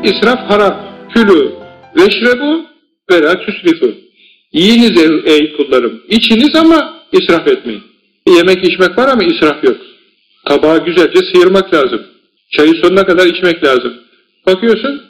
israf haram. Külü veşrebu ve la tüsrifu. Yiyiniz ey kullarım, içiniz ama israf etmeyin. Yemek içmek var ama israf yok. Tabağı güzelce sıyırmak lazım. Çayı sonuna kadar içmek lazım. Bakıyorsun,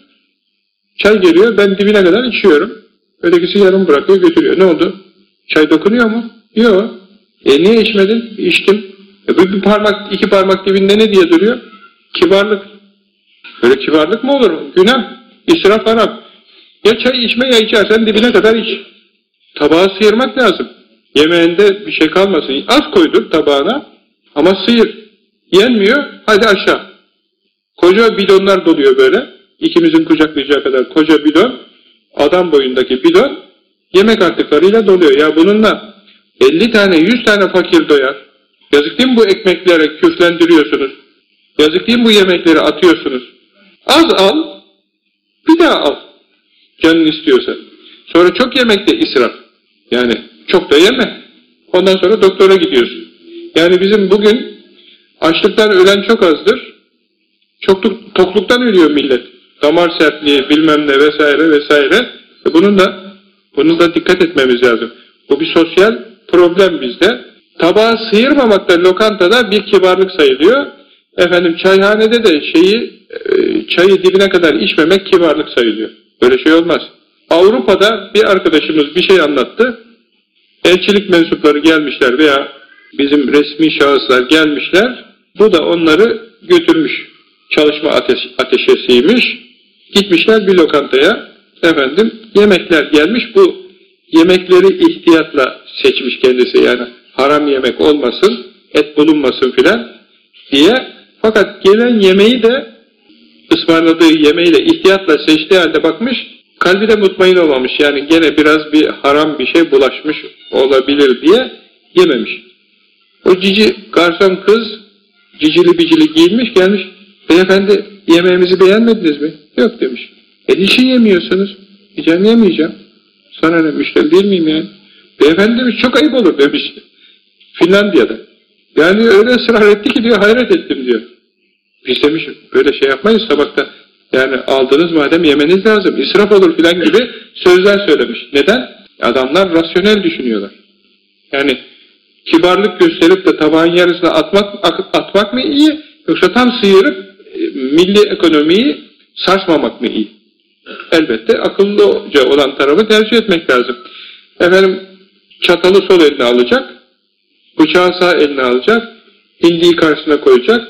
çay geliyor, ben dibine kadar içiyorum. Ötekisi yarım bırakıyor, götürüyor. Ne oldu? Çay dokunuyor mu? Yok. Niye içmedin? İçtim. Bir parmak, iki parmak dibinde ne diye duruyor? Kibarlık. Böyle kibarlık mı olur? Günah. İsraf haram. Ya çay içme ya içersen dibine kadar iç. Tabağı sıyırmak lazım. Yemeğinde bir şey kalmasın. Az koydur tabağına ama sıyır. Yenmiyor, hadi aşağı. Koca bidonlar doluyor böyle. İkimizin kucaklayacağı kadar koca bidon, adam boyundaki bidon yemek artıklarıyla doluyor. Ya bununla 50 tane, 100 tane fakir doyar. Yazık değil mi bu ekmeklere küflendiriyorsunuz? Yazık değil mi bu yemekleri atıyorsunuz? Az al, bir daha al. Canın istiyorsa. Sonra çok yemekte israf. Yani çok da yeme. Ondan sonra doktora gidiyorsun. Yani bizim bugün açlıktan ölen çok azdır. Tokluktan ölüyor millet. Damar sertliği bilmem ne vesaire vesaire. Bunun da dikkat etmemiz lazım. Bu bir sosyal problem bizde. Tabağı sıyırmamakta lokantada bir kibarlık sayılıyor. Efendim çayhanede de çayı dibine kadar içmemek kibarlık sayılıyor. Böyle şey olmaz. Avrupa'da bir arkadaşımız bir şey anlattı. Elçilik mensupları gelmişler veya bizim resmi şahıslar gelmişler. Bu da onları götürmüş. Çalışma ateşesiymiş. Gitmişler bir lokantaya. Efendim yemekler gelmiş. Bu yemekleri ihtiyatla seçmiş kendisi. Yani haram yemek olmasın, et bulunmasın filan diye. Fakat gelen yemeği de ısmarladığı yemeği de ihtiyatla seçtiği halde bakmış. Kalbi de mutmain olmamış. Yani gene biraz bir haram bir şey bulaşmış olabilir diye yememiş. O cici garson kız cicili bicili giyinmiş gelmiş. Beyefendi yemeğimizi beğenmediniz mi? Yok demiş. Niçin yemiyorsunuz? Diyeceğim yemeyeceğim. Sana ne müşteri değil miyim yani? Beyefendi demiş çok ayıp olur demiş. Finlandiya'da. Yani öyle ısrar etti ki diyor hayret ettim diyor. Biz demiş böyle şey yapmayız sabahta. Yani aldınız madem yemeniz lazım. İsraf olur filan gibi sözler söylemiş. Neden? Adamlar rasyonel düşünüyorlar. Yani kibarlık gösterip de tabağın yarısına atmak mı iyi? Yoksa tam sıyırıp milli ekonomiyi sarsmamak mı iyi? Elbette akıllıca olan tarafı tercih etmek lazım. Efendim çatalı sol eline alacak, bıçağı sağ eline alacak, hindiyi karşısına koyacak,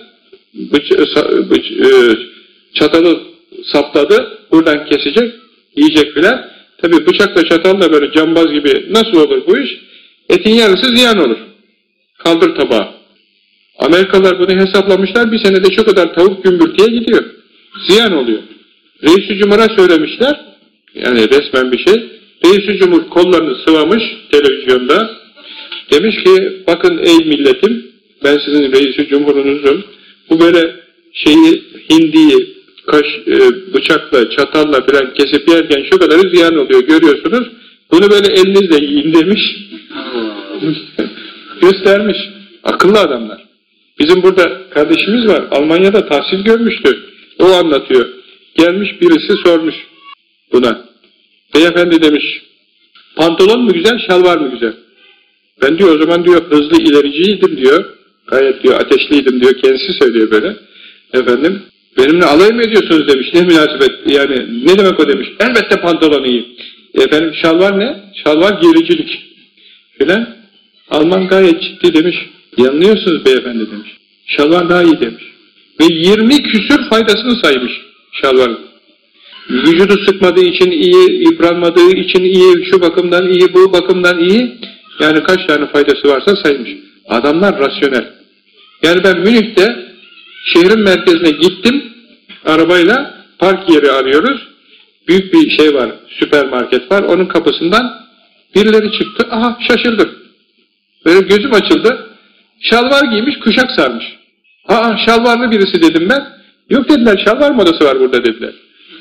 çatalı sapladı, buradan kesecek, yiyecek filan. Tabi bıçakla çatalla böyle cambaz gibi nasıl olur bu iş? Etin yarısı ziyan olur. Kaldır tabağı. Amerikalılar bunu hesaplamışlar, bir senede şu kadar tavuk gümbürtüye gidiyor. Ziyan oluyor. Reis-i Cumhur'a söylemişler, yani resmen bir şey. Reis-i Cumhur kollarını sıvamış televizyonda. Demiş ki, bakın ey milletim, ben sizin Reis-i Cumhur'unuzum. Bu böyle hindiyi bıçakla, çatalla falan kesip yerken şu kadarı ziyan oluyor görüyorsunuz. Bunu böyle elinizle yiyin demiş. Göstermiş. Akıllı adamlar. Bizim burada kardeşimiz var. Almanya'da tahsil görmüştü. O anlatıyor. Gelmiş birisi sormuş buna. Beyefendi demiş, pantolon mu güzel, şalvar mı güzel? Ben diyor o zaman diyor hızlı ilericiydim diyor. Gayet diyor ateşliydim diyor. Kendisi söylüyor böyle. Efendim, benimle alay mı ediyorsunuz demiş. Ne münasebet yani ne demek o demiş. Elbette pantolon iyi. Efendim şalvar ne? Şalvar gericilik. Filan. Alman gayet ciddi demiş. Yanılıyorsunuz beyefendi demiş. Şalvar daha iyi demiş. Ve 20 küsür faydasını saymış şalvarın. Vücudu sıkmadığı için iyi, yıpranmadığı için iyi, şu bakımdan iyi, bu bakımdan iyi. Yani kaç tane faydası varsa saymış. Adamlar rasyonel. Yani ben Münih'te şehrin merkezine gittim. Arabayla park yeri arıyoruz. Büyük bir şey var, süpermarket var. Onun kapısından birileri çıktı. Aha şaşırdım. Böyle gözüm açıldı. Şalvar giymiş, kuşak sarmış. Aa şalvarlı birisi dedim ben. Yok dediler, şalvar modası var burada dediler.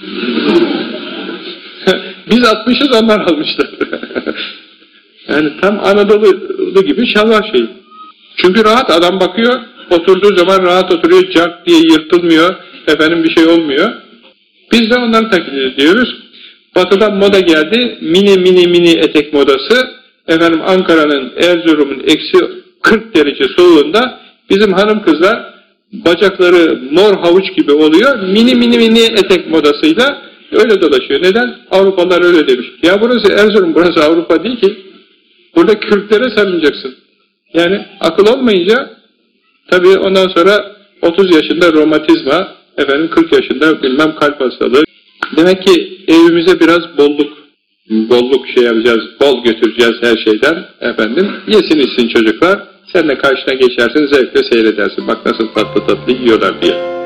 Biz atmışız, onlar almışlar. Yani tam Anadolu gibi şalvar şeyi. Çünkü rahat, adam bakıyor, oturduğu zaman rahat oturuyor, cart diye yırtılmıyor, efendim bir şey olmuyor. Biz de onları taklit ediyoruz. Batı'dan moda geldi. Mini etek modası. Efendim Ankara'nın, Erzurum'un eksi 40 derece soğuğunda bizim hanım kızlar bacakları mor havuç gibi oluyor. Mini etek modasıyla öyle dolaşıyor. Neden? Avrupalılar öyle demiş. Ya burası Erzurum, burası Avrupa değil ki. Burada kürklere sarılacaksın. Yani akıl olmayınca tabii ondan sonra 30 yaşında romatizma, efendim 40 yaşında bilmem kalp hastalığı. Demek ki evimize biraz bolluk şey yapacağız, bol götüreceğiz her şeyden efendim. Yesin içsin çocuklar, sen de karşına geçersin, zevkle seyredersin. Bak nasıl tatlı yiyorlar diye.